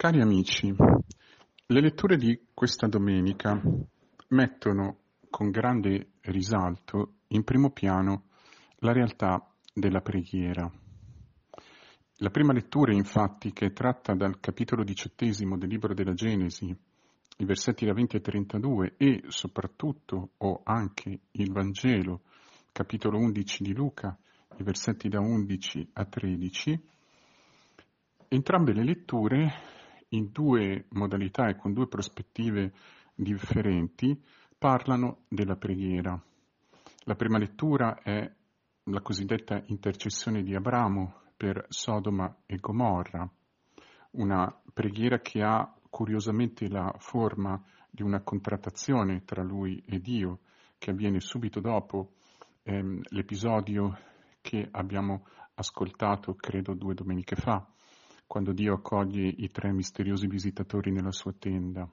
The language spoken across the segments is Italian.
Cari amici, le letture di questa domenica mettono con grande risalto in primo piano la realtà della preghiera. La prima lettura, infatti, che è tratta dal capitolo 18 del libro della Genesi, i versetti da 20 a 32, e soprattutto o anche il Vangelo, capitolo 11 di Luca, i versetti da 11 a 13, entrambe le letture, in due modalità e con due prospettive differenti, parlano della preghiera. La prima lettura è la cosiddetta intercessione di Abramo per Sodoma e Gomorra, una preghiera che ha curiosamente la forma di una contrattazione tra lui e Dio, che avviene subito dopo l'episodio che abbiamo ascoltato, credo 2 domeniche fa, quando Dio accoglie i 3 misteriosi visitatori nella sua tenda.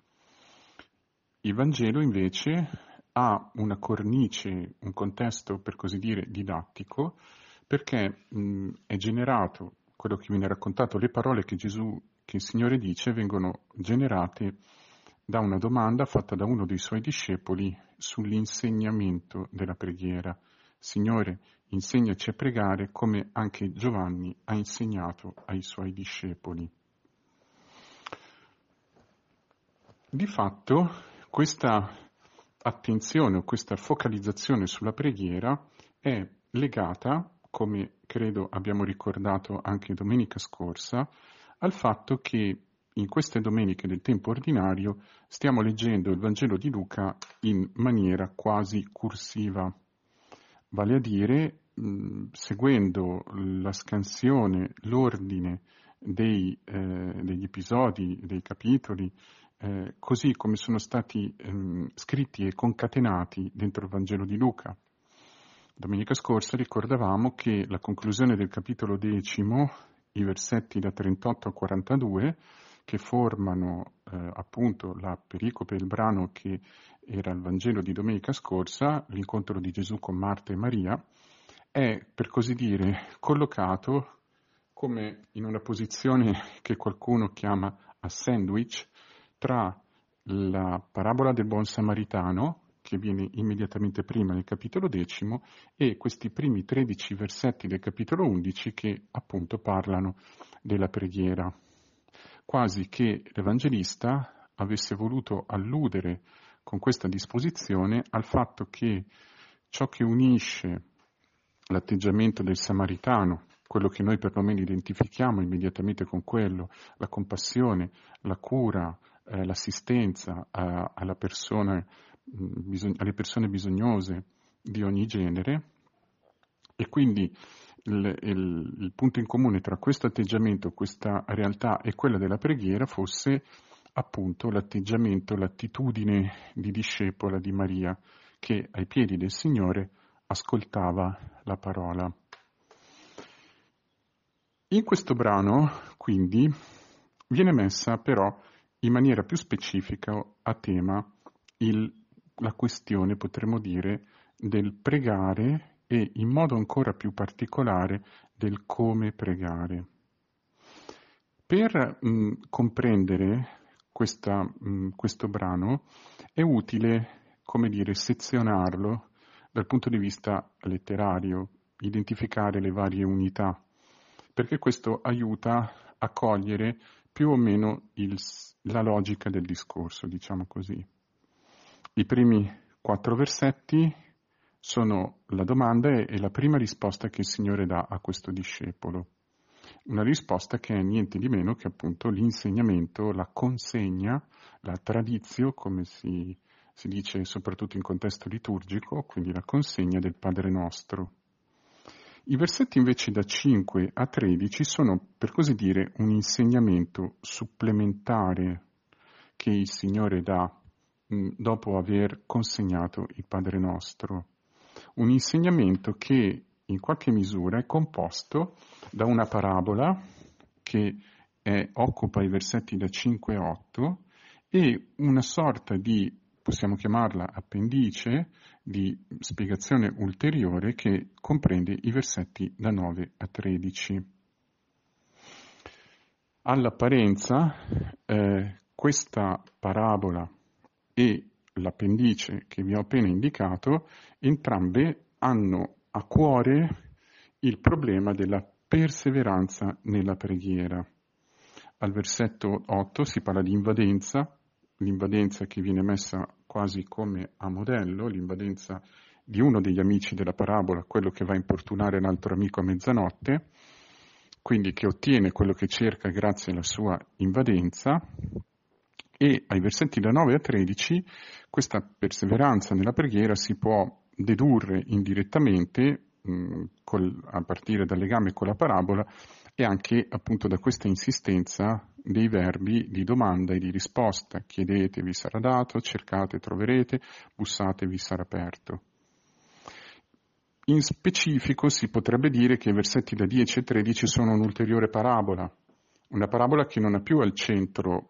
Il Vangelo invece ha una cornice, un contesto per così dire didattico, perché è generato, quello che viene raccontato, le parole che il Signore dice, vengono generate da una domanda fatta da uno dei suoi discepoli sull'insegnamento della preghiera. Signore, insegnaci a pregare come anche Giovanni ha insegnato ai suoi discepoli. Di fatto, questa attenzione o questa focalizzazione sulla preghiera è legata, come credo abbiamo ricordato anche domenica scorsa, al fatto che in queste domeniche del tempo ordinario stiamo leggendo il Vangelo di Luca in maniera quasi cursiva, vale a dire seguendo la scansione, l'ordine degli episodi, dei capitoli, così come sono stati scritti e concatenati dentro il Vangelo di Luca. Domenica scorsa ricordavamo che la conclusione del capitolo 10, i versetti da 38 a 42, che formano appunto la pericope, il brano che era il Vangelo di domenica scorsa, l'incontro di Gesù con Marta e Maria, è per così dire collocato come in una posizione che qualcuno chiama a sandwich tra la parabola del buon samaritano, che viene immediatamente prima nel capitolo 10, e questi primi 13 versetti del capitolo 11 che appunto parlano della preghiera. Quasi che l'Evangelista avesse voluto alludere con questa disposizione al fatto che ciò che unisce l'atteggiamento del samaritano, quello che noi perlomeno identifichiamo immediatamente con quello, la compassione, la cura, l'assistenza alle persone bisognose di ogni genere, e quindi il punto in comune tra questo atteggiamento, questa realtà e quella della preghiera fosse appunto l'atteggiamento, l'attitudine di discepola di Maria, che ai piedi del Signore ascoltava la parola. In questo brano, quindi, viene messa però in maniera più specifica a tema la questione, potremmo dire, del pregare e in modo ancora più particolare del come pregare. Per comprendere questo brano è utile, come dire, sezionarlo dal punto di vista letterario, identificare le varie unità, perché questo aiuta a cogliere più o meno la logica del discorso, diciamo così. I primi 4 versetti sono la domanda e la prima risposta che il Signore dà a questo discepolo. Una risposta che è niente di meno che appunto l'insegnamento, la consegna, la tradizio, come si dice soprattutto in contesto liturgico, quindi la consegna del Padre Nostro. I versetti invece da 5 a 13 sono, per così dire, un insegnamento supplementare che il Signore dà dopo aver consegnato il Padre Nostro. Un insegnamento che in qualche misura è composto da una parabola che occupa i versetti da 5 a 8 e una sorta di, possiamo chiamarla appendice, di spiegazione ulteriore che comprende i versetti da 9 a 13. All'apparenza, questa parabola e l'appendice che vi ho appena indicato, entrambe hanno a cuore il problema della perseveranza nella preghiera. Al versetto 8 si parla di invadenza, l'invadenza che viene messa quasi come a modello, l'invadenza di uno degli amici della parabola, quello che va a importunare l'altro amico a mezzanotte, quindi che ottiene quello che cerca grazie alla sua invadenza, e ai versetti da 9 a 13 questa perseveranza nella preghiera si può dedurre indirettamente a partire dal legame con la parabola e anche appunto da questa insistenza dei verbi di domanda e di risposta. Chiedete, vi sarà dato, cercate, troverete, bussate, vi sarà aperto. In specifico si potrebbe dire che i versetti da 10 e 13 sono un'ulteriore parabola, una parabola che non ha più al centro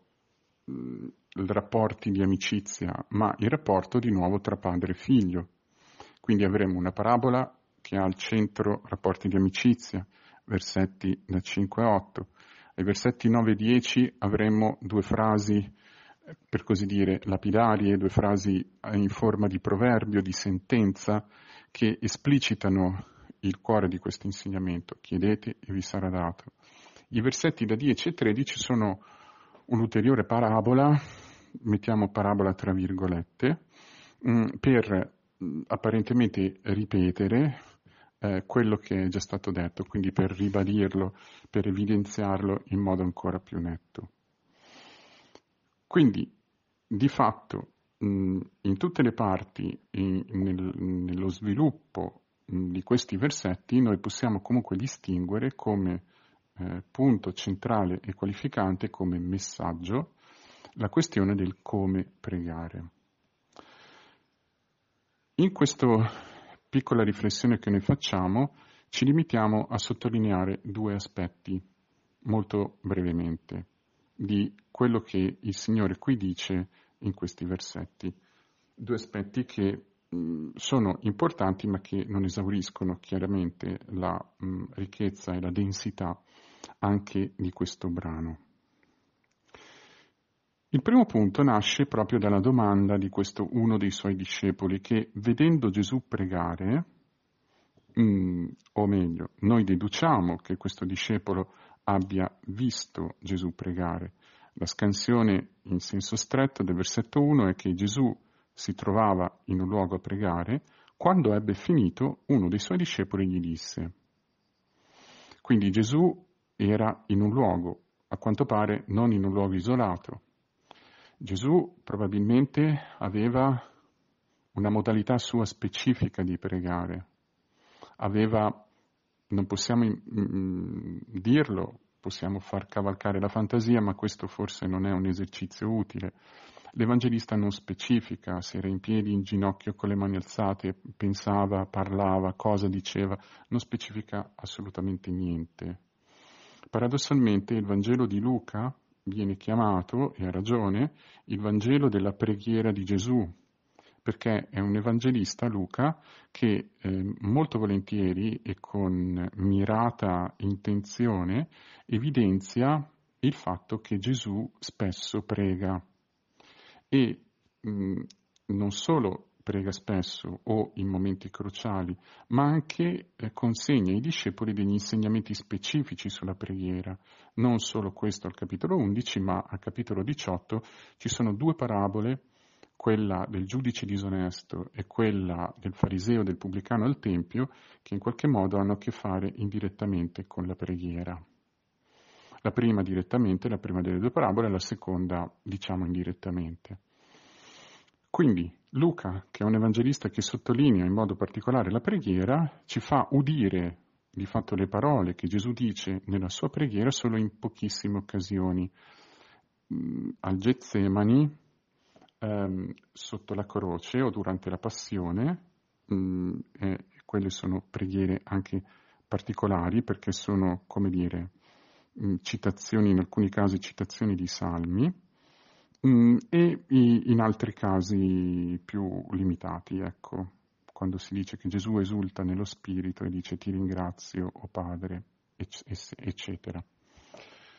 i rapporti di amicizia, ma il rapporto di nuovo tra padre e figlio. Quindi avremo una parabola che ha al centro rapporti di amicizia, versetti da 5 a 8. Ai versetti 9 e 10 avremo due frasi, per così dire, lapidarie, due frasi in forma di proverbio, di sentenza, che esplicitano il cuore di questo insegnamento. Chiedete e vi sarà dato. I versetti da 10 e 13 sono un'ulteriore parabola, mettiamo parabola tra virgolette, per apparentemente ripetere quello che è già stato detto, quindi per ribadirlo, per evidenziarlo in modo ancora più netto. Quindi, di fatto, in tutte le parti, nello sviluppo di questi versetti, noi possiamo comunque distinguere come punto centrale e qualificante, come messaggio, la questione del come pregare. In questa piccola riflessione che noi facciamo, ci limitiamo a sottolineare due aspetti, molto brevemente, di quello che il Signore qui dice in questi versetti. Due aspetti che sono importanti ma che non esauriscono chiaramente la ricchezza e la densità anche di questo brano. Il primo punto nasce proprio dalla domanda di questo uno dei suoi discepoli che, vedendo Gesù pregare, o meglio, noi deduciamo che questo discepolo abbia visto Gesù pregare. La scansione in senso stretto del versetto 1 è che Gesù si trovava in un luogo a pregare, quando ebbe finito uno dei suoi discepoli gli disse. Quindi Gesù era in un luogo, a quanto pare non in un luogo isolato. Gesù probabilmente aveva una modalità sua specifica di pregare, non possiamo dirlo, possiamo far cavalcare la fantasia, ma questo forse non è un esercizio utile. L'Evangelista non specifica se era in piedi, in ginocchio, con le mani alzate, pensava, parlava, cosa diceva, non specifica assolutamente niente. Paradossalmente il Vangelo di Luca viene chiamato, e ha ragione, il Vangelo della preghiera di Gesù, perché è un evangelista, Luca, che molto volentieri e con mirata intenzione evidenzia il fatto che Gesù spesso prega e non solo prega spesso o in momenti cruciali, ma anche consegna ai discepoli degli insegnamenti specifici sulla preghiera. Non solo questo al capitolo 11, ma al capitolo 18 ci sono due parabole, quella del giudice disonesto e quella del fariseo e del pubblicano al Tempio, che in qualche modo hanno a che fare indirettamente con la preghiera. La prima direttamente, la prima delle due parabole, la seconda, diciamo, indirettamente. Quindi Luca, che è un evangelista che sottolinea in modo particolare la preghiera, ci fa udire di fatto le parole che Gesù dice nella sua preghiera solo in pochissime occasioni. Al Getsemani, sotto la croce o durante la passione, quelle sono preghiere anche particolari perché sono, come dire, citazioni, in alcuni casi citazioni di salmi, e in altri casi più limitati, ecco, quando si dice che Gesù esulta nello spirito e dice ti ringrazio, o Padre, eccetera.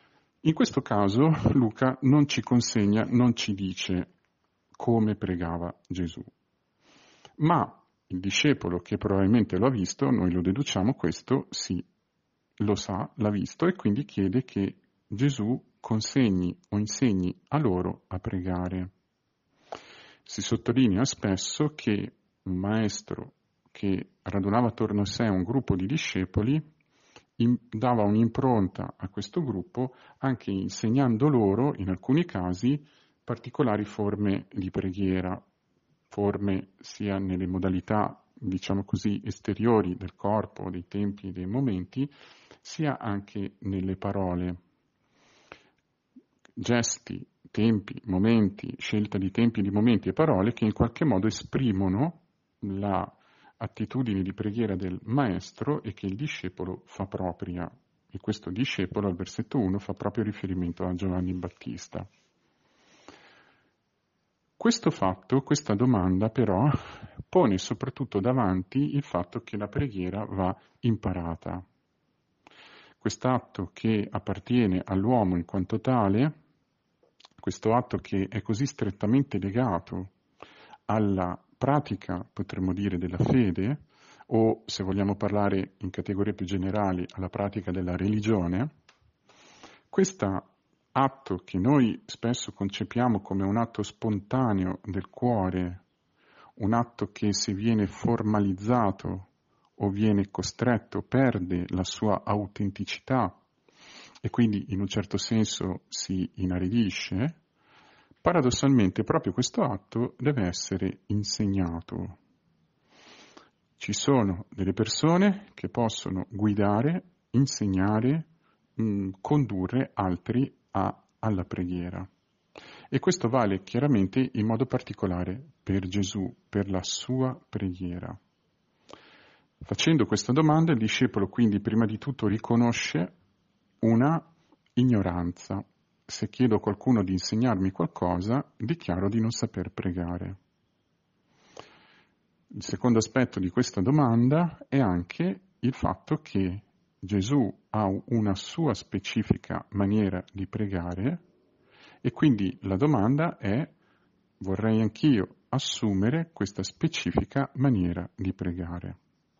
In questo caso Luca non ci consegna, non ci dice come pregava Gesù, ma il discepolo che probabilmente lo ha visto, noi lo deduciamo questo, sì, lo sa, l'ha visto e quindi chiede che Gesù consegni o insegni a loro a pregare. Si sottolinea spesso che un maestro che radunava attorno a sé un gruppo di discepoli dava un'impronta a questo gruppo anche insegnando loro, in alcuni casi, particolari forme di preghiera, forme sia nelle modalità, diciamo così, esteriori del corpo, dei tempi e dei momenti, sia anche nelle parole. Gesti, tempi, momenti, scelta di tempi, di momenti e parole che in qualche modo esprimono la attitudine di preghiera del maestro e che il discepolo fa propria. E questo discepolo, al versetto 1, fa proprio riferimento a Giovanni Battista. Questo fatto, questa domanda però, pone soprattutto davanti il fatto che la preghiera va imparata. Quest'atto che appartiene all'uomo in quanto tale, questo atto che è così strettamente legato alla pratica, potremmo dire, della fede, o se vogliamo parlare in categorie più generali, alla pratica della religione, questo atto che noi spesso concepiamo come un atto spontaneo del cuore, un atto che se viene formalizzato o viene costretto perde la sua autenticità e quindi in un certo senso si inaridisce, paradossalmente proprio questo atto deve essere insegnato. Ci sono delle persone che possono guidare, insegnare, condurre altri alla preghiera. E questo vale chiaramente in modo particolare per Gesù, per la sua preghiera. Facendo questa domanda, il discepolo quindi prima di tutto riconosce una ignoranza. Se chiedo a qualcuno di insegnarmi qualcosa, dichiaro di non saper pregare. Il secondo aspetto di questa domanda è anche il fatto che Gesù ha una sua specifica maniera di pregare e quindi la domanda è: vorrei anch'io assumere questa specifica maniera di pregare.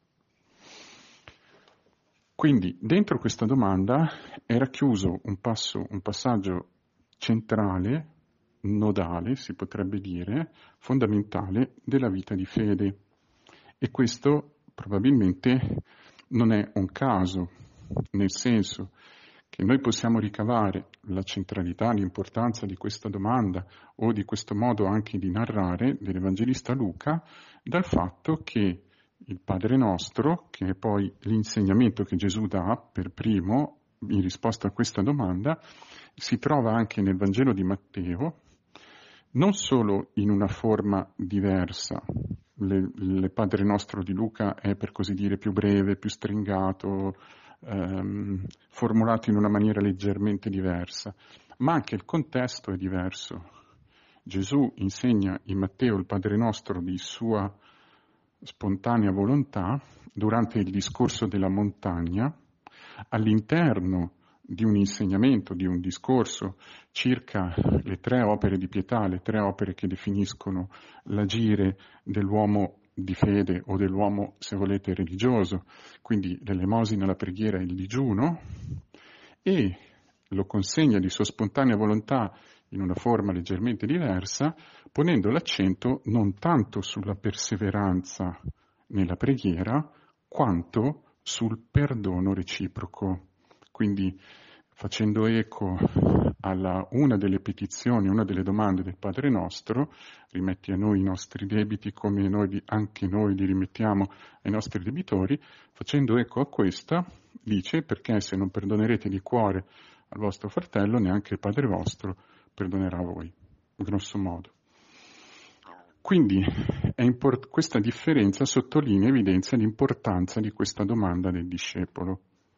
Quindi dentro questa domanda è racchiuso un passaggio centrale, nodale, si potrebbe dire, fondamentale della vita di fede. E questo probabilmente non è un caso, nel senso che noi possiamo ricavare la centralità, l'importanza di questa domanda o di questo modo anche di narrare dell'Evangelista Luca dal fatto che il Padre Nostro, che è poi l'insegnamento che Gesù dà per primo in risposta a questa domanda, si trova anche nel Vangelo di Matteo, non solo in una forma diversa. Il Padre Nostro di Luca è, per così dire, più breve, più stringato, formulato in una maniera leggermente diversa, ma anche il contesto è diverso. Gesù insegna in Matteo il Padre Nostro di sua spontanea volontà durante il discorso della montagna, all'interno di un insegnamento, di un discorso circa le 3 opere di pietà, le 3 opere che definiscono l'agire dell'uomo di fede o dell'uomo, se volete, religioso, quindi l'elemosina, la preghiera e il digiuno, e lo consegna di sua spontanea volontà in una forma leggermente diversa, ponendo l'accento non tanto sulla perseveranza nella preghiera, quanto sul perdono reciproco. Quindi, facendo eco alla una delle petizioni, una delle domande del Padre Nostro, rimetti a noi i nostri debiti come anche noi li rimettiamo ai nostri debitori, facendo eco a questa, dice: perché se non perdonerete di cuore al vostro fratello, neanche il Padre vostro perdonerà a voi, grosso modo. Quindi questa differenza sottolinea e evidenzia l'importanza di questa domanda del discepolo.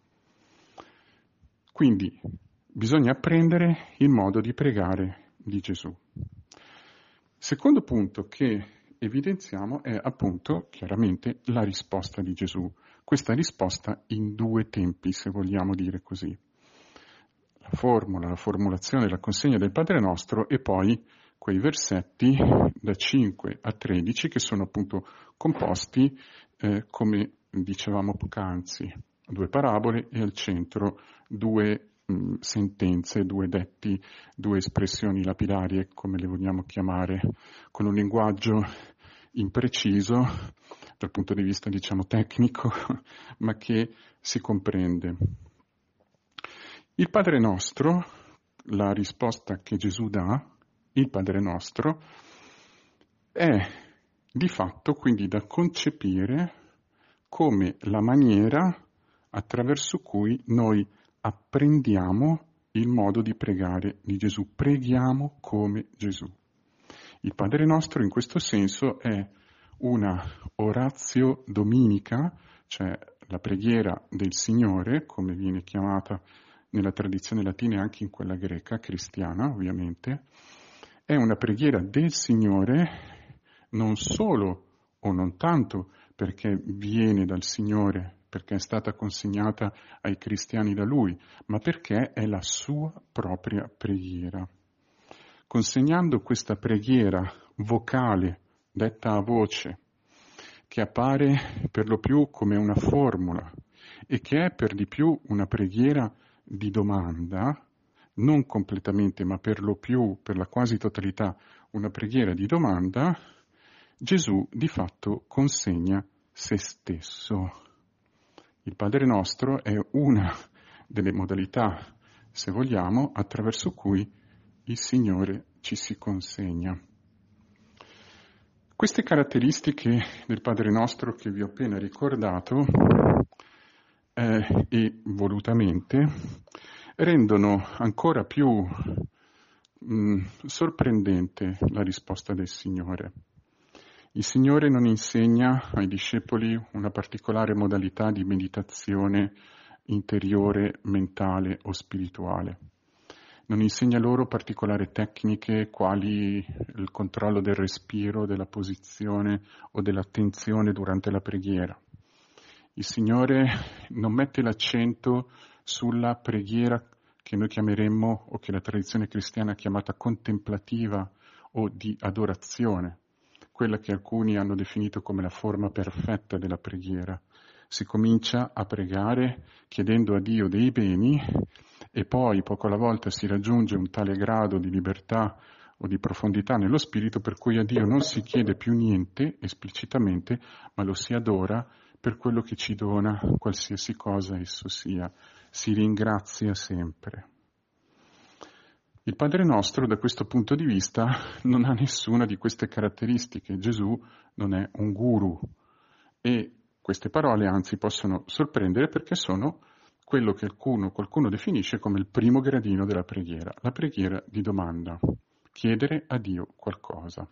Quindi bisogna apprendere il modo di pregare di Gesù. Secondo punto che evidenziamo è appunto chiaramente la risposta di Gesù. Questa risposta in 2 tempi, se vogliamo dire così. La formula, la formulazione, la consegna del Padre Nostro e poi quei versetti da 5 a 13 che sono appunto composti, come dicevamo poc'anzi, 2 parabole e al centro 2 sentenze, 2 detti, 2 espressioni lapidarie, come le vogliamo chiamare, con un linguaggio impreciso dal punto di vista, diciamo, tecnico, ma che si comprende. Il Padre Nostro, la risposta che Gesù dà, il Padre Nostro, è di fatto quindi da concepire come la maniera attraverso cui noi apprendiamo il modo di pregare di Gesù. Preghiamo come Gesù. Il Padre Nostro in questo senso è una oratio dominica, cioè la preghiera del Signore, come viene chiamata nella tradizione latina e anche in quella greca, cristiana ovviamente, è una preghiera del Signore non solo o non tanto perché viene dal Signore, perché è stata consegnata ai cristiani da Lui, ma perché è la sua propria preghiera. Consegnando questa preghiera vocale, detta a voce, che appare per lo più come una formula e che è per di più una preghiera di domanda, non completamente ma per lo più, per la quasi totalità, una preghiera di domanda, Gesù di fatto consegna se stesso. Il Padre Nostro è una delle modalità, se vogliamo, attraverso cui il Signore ci si consegna. Queste caratteristiche del Padre Nostro che vi ho appena ricordato e volutamente rendono ancora più sorprendente la risposta del Signore. Il Signore non insegna ai discepoli una particolare modalità di meditazione interiore, mentale o spirituale. Non insegna loro particolari tecniche quali il controllo del respiro, della posizione o dell'attenzione durante la preghiera. Il Signore non mette l'accento sulla preghiera che noi chiameremmo, o che la tradizione cristiana ha chiamata contemplativa o di adorazione, quella che alcuni hanno definito come la forma perfetta della preghiera. Si comincia a pregare chiedendo a Dio dei beni e poi poco alla volta si raggiunge un tale grado di libertà o di profondità nello spirito per cui a Dio non si chiede più niente esplicitamente, ma lo si adora per quello che ci dona, qualsiasi cosa esso sia. Si ringrazia sempre. Il Padre Nostro, da questo punto di vista, non ha nessuna di queste caratteristiche. Gesù non è un guru e queste parole anzi possono sorprendere perché sono quello che qualcuno definisce come il primo gradino della preghiera, la preghiera di domanda, chiedere a Dio qualcosa.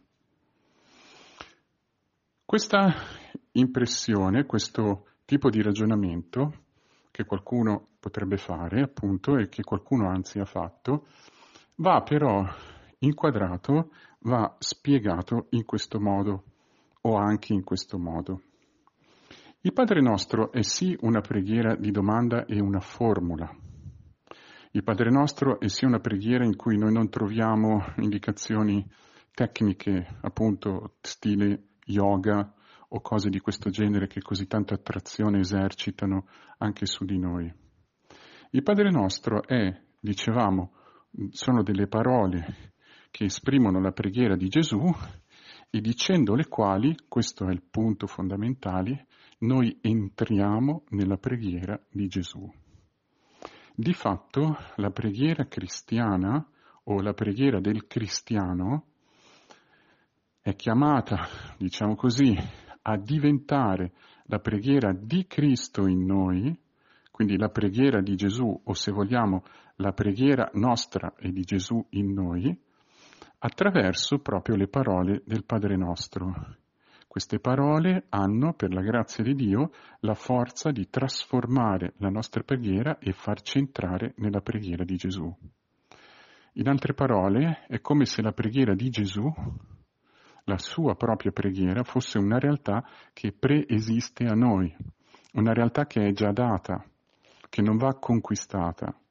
Questa impressione, questo tipo di ragionamento che qualcuno potrebbe fare, appunto, e che qualcuno anzi ha fatto, va però inquadrato, va spiegato in questo modo o anche in questo modo. Il Padre Nostro è sì una preghiera di domanda e una formula. Il Padre Nostro è sì una preghiera in cui noi non troviamo indicazioni tecniche, appunto, stile yoga o cose di questo genere che così tanta attrazione esercitano anche su di noi. Il Padre Nostro è, dicevamo, sono delle parole che esprimono la preghiera di Gesù e dicendo le quali, questo è il punto fondamentale, noi entriamo nella preghiera di Gesù. Di fatto la preghiera cristiana o la preghiera del cristiano è chiamata, diciamo così, a diventare la preghiera di Cristo in noi, quindi la preghiera di Gesù, o se vogliamo la preghiera nostra e di Gesù in noi, attraverso proprio le parole del Padre Nostro. Queste parole hanno, per la grazia di Dio, la forza di trasformare la nostra preghiera e farci entrare nella preghiera di Gesù. In altre parole, è come se la preghiera di Gesù, la sua propria preghiera, fosse una realtà che preesiste a noi, una realtà che è già data, che non va conquistata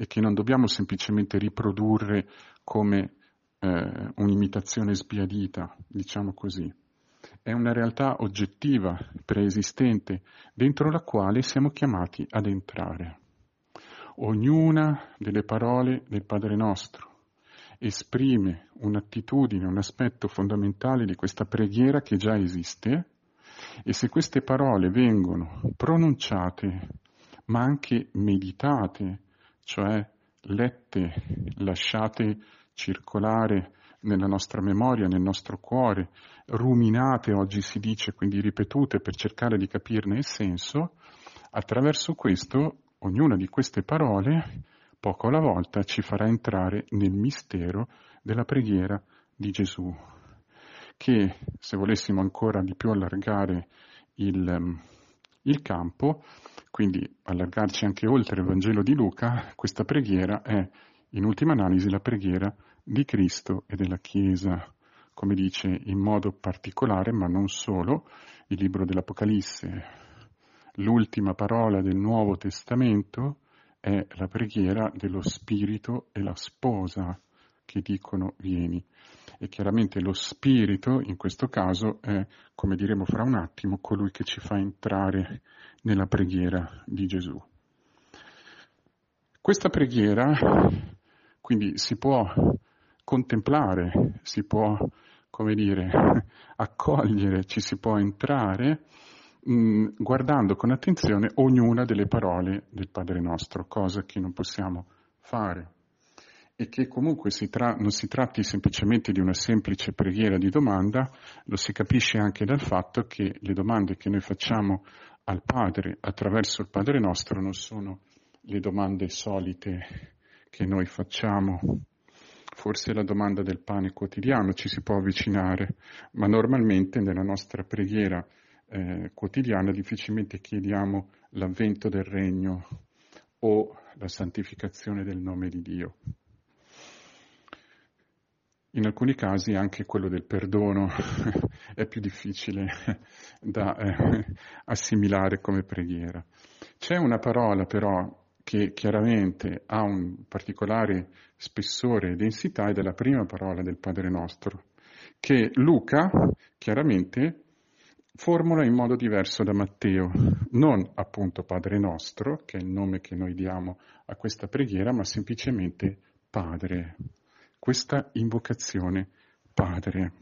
e che non dobbiamo semplicemente riprodurre come un'imitazione sbiadita, diciamo così. È una realtà oggettiva, preesistente, dentro la quale siamo chiamati ad entrare. Ognuna delle parole del Padre nostro esprime un'attitudine, un aspetto fondamentale di questa preghiera che già esiste, e se queste parole vengono pronunciate, ma anche meditate, cioè lette, lasciate circolare nella nostra memoria, nel nostro cuore, ruminate, oggi si dice, quindi ripetute per cercare di capirne il senso, attraverso questo, ognuna di queste parole, poco alla volta, ci farà entrare nel mistero della preghiera di Gesù, che, se volessimo ancora di più allargare il campo, quindi allargarci anche oltre il Vangelo di Luca, questa preghiera è, in ultima analisi, la preghiera di Cristo e della Chiesa, come dice in modo particolare, ma non solo, il libro dell'Apocalisse. L'ultima parola del Nuovo Testamento è la preghiera dello Spirito e la sposa che dicono vieni. E chiaramente lo Spirito, in questo caso, è, come diremo fra un attimo, colui che ci fa entrare nella preghiera di Gesù. Questa preghiera, quindi, si può contemplare, si può, come dire, accogliere, ci si può entrare guardando con attenzione ognuna delle parole del Padre nostro, cosa che non possiamo fare. E che comunque non si tratti semplicemente di una semplice preghiera di domanda, lo si capisce anche dal fatto che le domande che noi facciamo al Padre attraverso il Padre nostro non sono le domande solite che noi facciamo. Forse la domanda del pane quotidiano ci si può avvicinare, ma normalmente nella nostra preghiera quotidiana difficilmente chiediamo l'avvento del regno o la santificazione del nome di Dio. In alcuni casi anche quello del perdono è più difficile da assimilare come preghiera. C'è una parola però che chiaramente ha un particolare spessore e densità ed è la prima parola del Padre Nostro, che Luca chiaramente formula in modo diverso da Matteo, non appunto Padre Nostro, che è il nome che noi diamo a questa preghiera, ma semplicemente Padre. Questa invocazione Padre.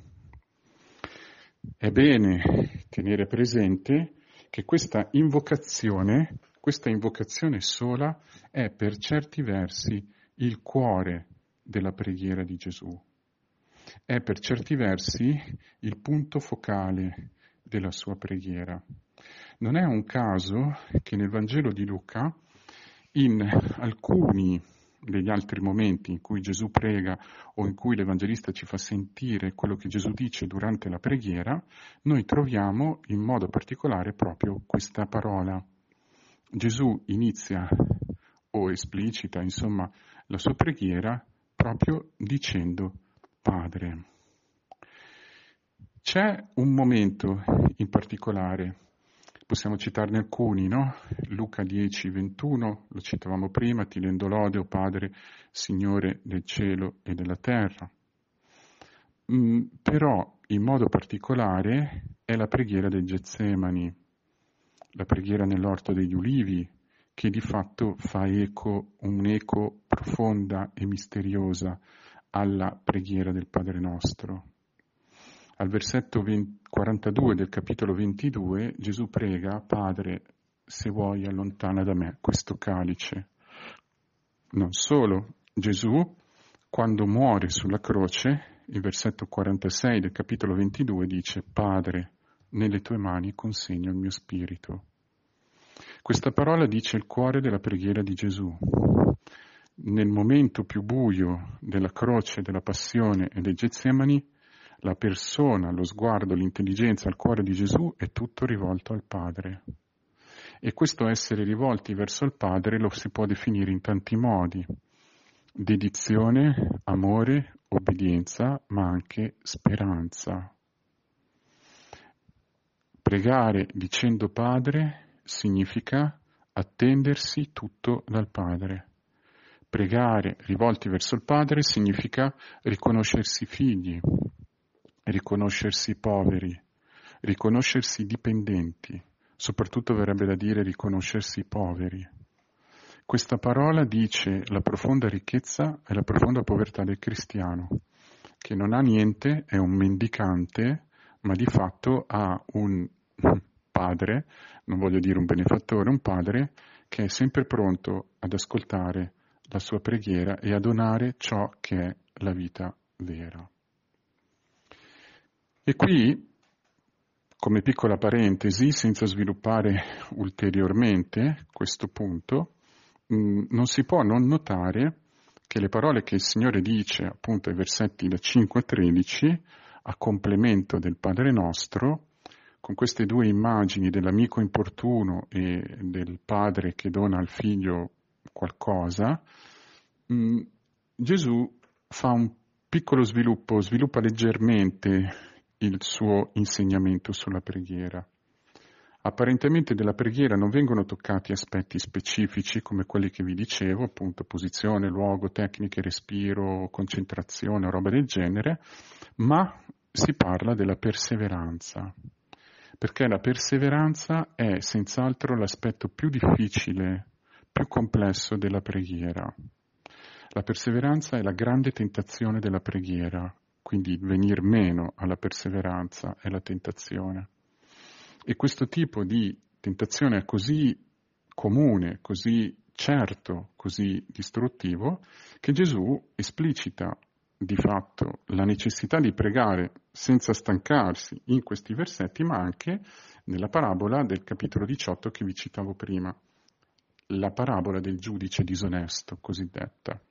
È bene tenere presente che questa invocazione sola è per certi versi il cuore della preghiera di Gesù. È per certi versi il punto focale della sua preghiera. Non è un caso che nel Vangelo di Luca, in alcuni degli altri momenti in cui Gesù prega o in cui l'Evangelista ci fa sentire quello che Gesù dice durante la preghiera, noi troviamo in modo particolare proprio questa parola. Gesù inizia o esplicita, insomma, la sua preghiera proprio dicendo Padre. C'è un momento in particolare, possiamo citarne alcuni, no? Luca 10, 21, lo citavamo prima, ti rendo lode, o Padre, Signore del cielo e della terra. Però, in modo particolare, è la preghiera del Getsemani, la preghiera nell'orto degli ulivi, che di fatto fa un'eco profonda e misteriosa alla preghiera del Padre nostro. Al versetto 42 del capitolo 22 Gesù prega, Padre, se vuoi allontana da me questo calice. Non solo, Gesù, quando muore sulla croce, il versetto 46 del capitolo 22 dice, Padre, nelle tue mani consegno il mio spirito. Questa parola dice il cuore della preghiera di Gesù. Nel momento più buio della croce, della passione e dei Getsemani, la persona, lo sguardo, l'intelligenza, il cuore di Gesù è tutto rivolto al Padre. E questo essere rivolti verso il Padre lo si può definire in tanti modi. Dedizione, amore, obbedienza, ma anche speranza. Pregare dicendo Padre significa attendersi tutto dal Padre. Pregare rivolti verso il Padre significa riconoscersi figli, riconoscersi poveri, riconoscersi dipendenti, soprattutto verrebbe da dire riconoscersi poveri. Questa parola dice la profonda ricchezza e la profonda povertà del cristiano, che non ha niente, è un mendicante, ma di fatto ha un padre, non voglio dire un benefattore, un padre che è sempre pronto ad ascoltare la sua preghiera e a donare ciò che è la vita vera. E qui, come piccola parentesi, senza sviluppare ulteriormente questo punto, non si può non notare che le parole che il Signore dice, appunto ai versetti da 5 a 13, a complemento del Padre nostro, con queste due immagini dell'amico importuno e del padre che dona al figlio qualcosa, Gesù fa un piccolo sviluppo, sviluppa leggermente il suo insegnamento sulla preghiera. Apparentemente della preghiera non vengono toccati aspetti specifici come quelli che vi dicevo, appunto posizione, luogo, tecniche, respiro, concentrazione, roba del genere, ma si parla della perseveranza, perché la perseveranza è senz'altro l'aspetto più difficile, più complesso della preghiera. La perseveranza è la grande tentazione della preghiera, quindi venir meno alla perseveranza è la tentazione. E questo tipo di tentazione è così comune, così certo, così distruttivo, che Gesù esplicita di fatto la necessità di pregare senza stancarsi in questi versetti, ma anche nella parabola del capitolo 18 che vi citavo prima, la parabola del giudice disonesto, cosiddetta.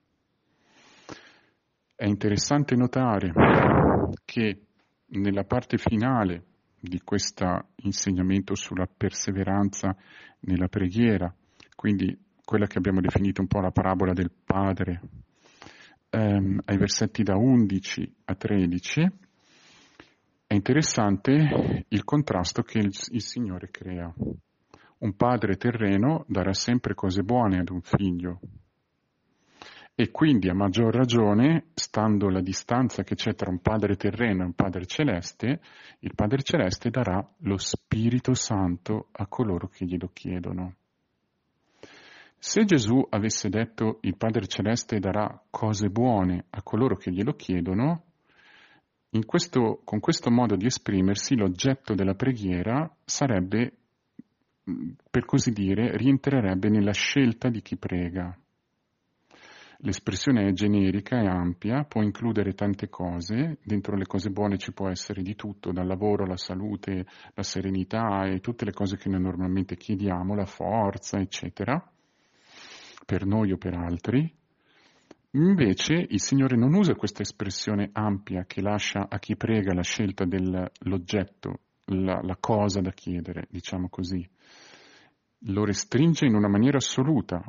È interessante notare che nella parte finale di questo insegnamento sulla perseveranza nella preghiera, quindi quella che abbiamo definito un po' la parabola del padre, ai versetti da 11 a 13, è interessante il contrasto che il Signore crea. Un padre terreno darà sempre cose buone ad un figlio. E quindi a maggior ragione, stando la distanza che c'è tra un Padre terreno e un Padre celeste, il Padre celeste darà lo Spirito Santo a coloro che glielo chiedono. Se Gesù avesse detto il Padre celeste darà cose buone a coloro che glielo chiedono, con questo modo di esprimersi l'oggetto della preghiera sarebbe, per così dire, rientrerebbe nella scelta di chi prega. L'espressione è generica e ampia, può includere tante cose, dentro le cose buone ci può essere di tutto, dal lavoro alla salute, la serenità e tutte le cose che noi normalmente chiediamo, la forza, eccetera, per noi o per altri. Invece il Signore non usa questa espressione ampia che lascia a chi prega la scelta dell'oggetto, la cosa da chiedere, diciamo così. Lo restringe in una maniera assoluta.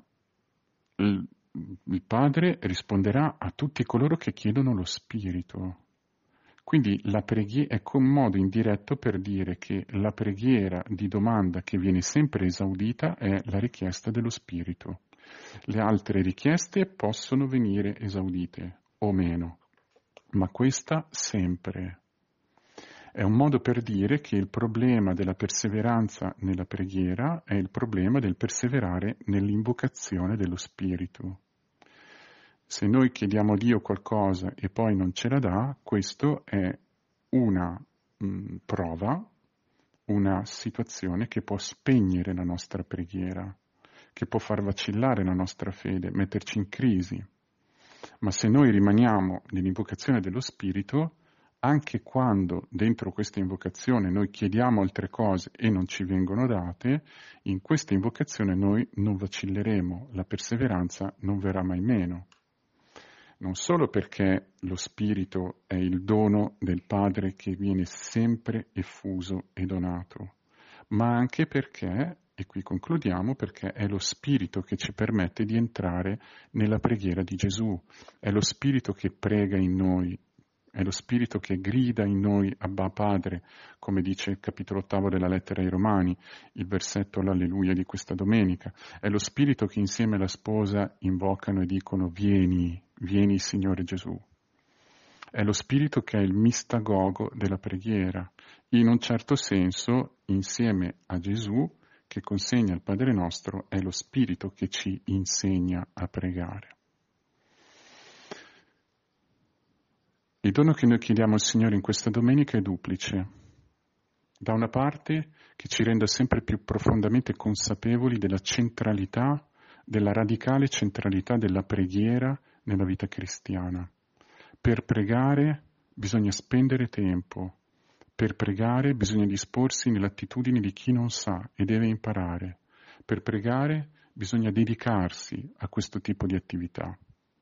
Il Padre risponderà a tutti coloro che chiedono lo Spirito. Quindi la preghiera è un modo indiretto per dire che la preghiera di domanda che viene sempre esaudita è la richiesta dello Spirito. Le altre richieste possono venire esaudite o meno, ma questa sempre. È un modo per dire che il problema della perseveranza nella preghiera è il problema del perseverare nell'invocazione dello Spirito. Se noi chiediamo a Dio qualcosa e poi non ce la dà, questo è una prova, una situazione che può spegnere la nostra preghiera, che può far vacillare la nostra fede, metterci in crisi. Ma se noi rimaniamo nell'invocazione dello Spirito, anche quando dentro questa invocazione noi chiediamo altre cose e non ci vengono date, in questa invocazione noi non vacilleremo, la perseveranza non verrà mai meno. Non solo perché lo Spirito è il dono del Padre che viene sempre effuso e donato, ma anche perché, e qui concludiamo, perché è lo Spirito che ci permette di entrare nella preghiera di Gesù, è lo Spirito che prega in noi, È lo Spirito che grida in noi Abba Padre, come dice il capitolo 8 della lettera ai Romani, il versetto all'Alleluia di questa domenica. È lo Spirito che insieme alla sposa invocano e dicono vieni, vieni Signore Gesù. È lo Spirito che è il mistagogo della preghiera. In un certo senso, insieme a Gesù, che consegna il Padre nostro, è lo Spirito che ci insegna a pregare. Il dono che noi chiediamo al Signore in questa domenica è duplice. Da una parte, che ci renda sempre più profondamente consapevoli della centralità, della radicale centralità della preghiera nella vita cristiana. Per pregare bisogna spendere tempo, per pregare bisogna disporsi nelle attitudini di chi non sa e deve imparare. Per pregare bisogna dedicarsi a questo tipo di attività.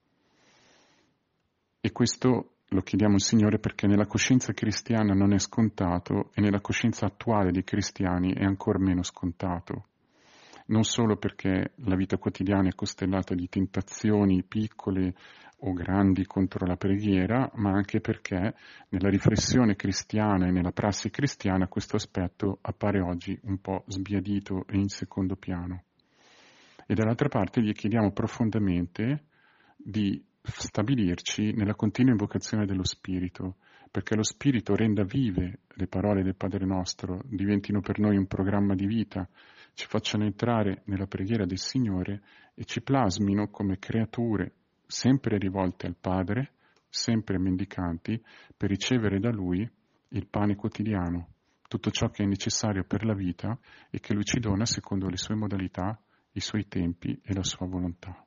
E questo lo chiediamo al Signore perché nella coscienza cristiana non è scontato e nella coscienza attuale dei cristiani è ancor meno scontato. Non solo perché la vita quotidiana è costellata di tentazioni piccole o grandi contro la preghiera, ma anche perché nella riflessione cristiana e nella prassi cristiana questo aspetto appare oggi un po' sbiadito e in secondo piano. E dall'altra parte gli chiediamo profondamente di stabilirci nella continua invocazione dello Spirito, perché lo Spirito renda vive le parole del Padre nostro, diventino per noi un programma di vita, ci facciano entrare nella preghiera del Signore e ci plasmino come creature sempre rivolte al Padre, sempre mendicanti, per ricevere da Lui il pane quotidiano, tutto ciò che è necessario per la vita e che Lui ci dona secondo le sue modalità, i suoi tempi e la sua volontà.